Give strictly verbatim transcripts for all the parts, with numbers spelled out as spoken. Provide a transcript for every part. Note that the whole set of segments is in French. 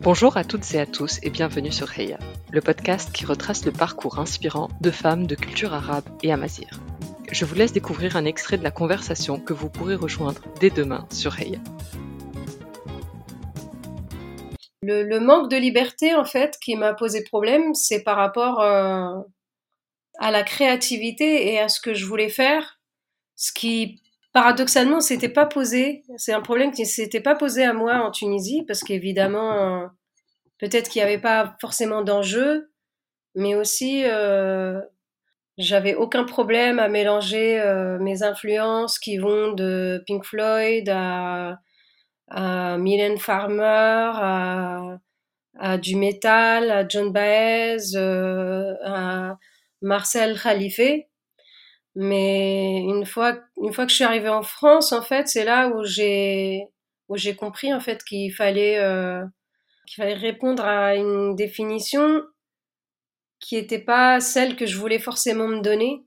Bonjour à toutes et à tous et bienvenue sur Heya, le podcast qui retrace le parcours inspirant de femmes de culture arabe et amazigh. Je vous laisse découvrir un extrait de la conversation que vous pourrez rejoindre dès demain sur Heya. Le, le manque de liberté, en fait, qui m'a posé problème, c'est par rapport euh, à la créativité et à ce que je voulais faire, ce qui, paradoxalement, s'était pas posé. C'est un problème qui s'était pas posé à moi en Tunisie, parce qu'évidemment, euh, peut-être qu'il n'y avait pas forcément d'enjeu, mais aussi, euh, j'avais aucun problème à mélanger euh, mes influences qui vont de Pink Floyd à, à Mylène Farmer, à à du métal, à John Baez, euh, à Marcel Khalife. Mais une fois, une fois que je suis arrivée en France, en fait, c'est là où j'ai, où j'ai compris en fait qu'il fallait, euh, qu'il fallait répondre à une définition qui n'était pas celle que je voulais forcément me donner,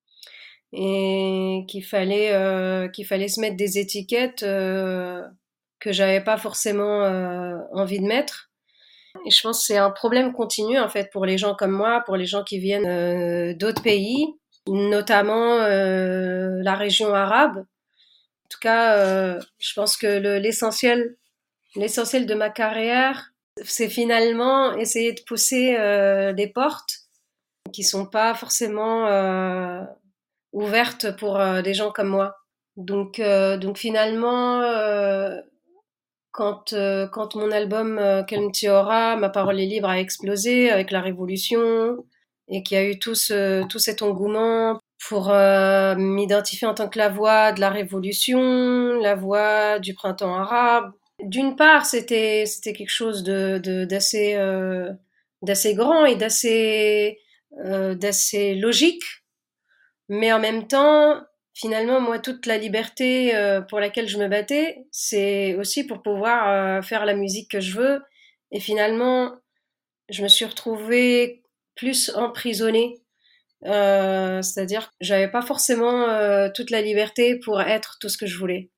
et qu'il fallait, euh, qu'il fallait se mettre des étiquettes euh, que j'avais pas forcément euh, envie de mettre. Et je pense que c'est un problème continu en fait pour les gens comme moi, pour les gens qui viennent euh, d'autres pays, notamment euh, la région arabe. En tout cas, euh, je pense que le, l'essentiel, l'essentiel de ma carrière, c'est finalement essayer de pousser euh, des portes qui sont pas forcément euh, ouvertes pour euh, des gens comme moi. Donc, euh, donc finalement. Euh, Quand, euh, quand mon album euh, Kelmti Ora, Ma parole est libre, a explosé avec la Révolution et qu'il y a eu tout, ce, tout cet engouement pour euh, m'identifier en tant que la voix de la Révolution, la voix du printemps arabe. D'une part, c'était, c'était quelque chose de, de, d'assez, euh, d'assez grand et d'assez, euh, d'assez logique, mais en même temps, finalement, moi, toute la liberté euh, pour laquelle je me battais, c'est aussi pour pouvoir euh, faire la musique que je veux. Et finalement, je me suis retrouvée plus emprisonnée. Euh, c'est-à-dire que j'avais pas forcément euh, toute la liberté pour être tout ce que je voulais.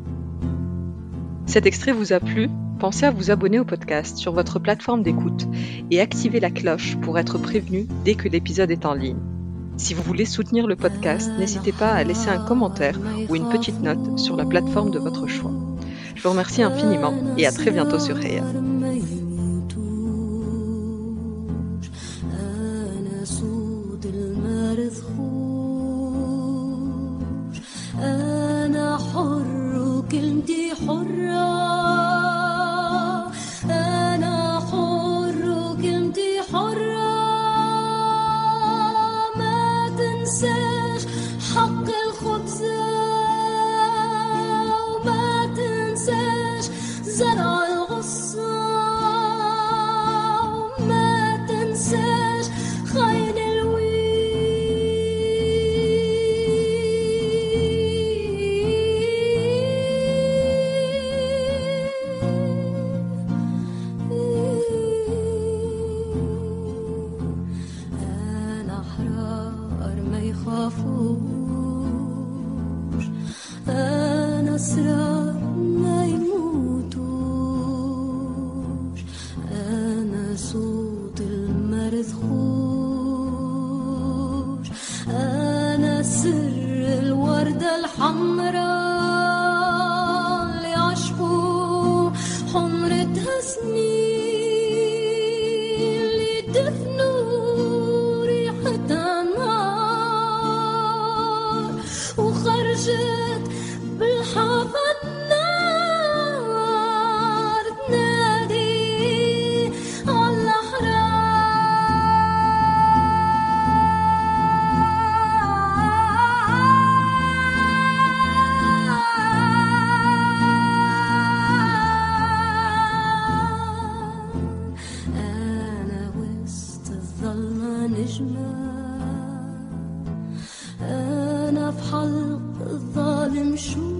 Cet extrait vous a plu ? Pensez à vous abonner au podcast sur votre plateforme d'écoute et activer la cloche pour être prévenu dès que l'épisode est en ligne. Si vous voulez soutenir le podcast, n'hésitez pas à laisser un commentaire ou une petite note sur la plateforme de votre choix. Je vous remercie infiniment et à très bientôt sur Heya. تنساش حق الخبز وما تنساش زرع الغصة وما تنساش خيل يخافوش أنا أسرار ما يموتوش أنا صوت المرذخوش أنا سر الوردة الحمراء اللي عشقوا حمرتها سنين اللي دفنوا ريحتها وخرجت بالحافة النار تنادي على الأحرار. أنا وسط الظلمة نجمة، أنا في حلق الظالم شو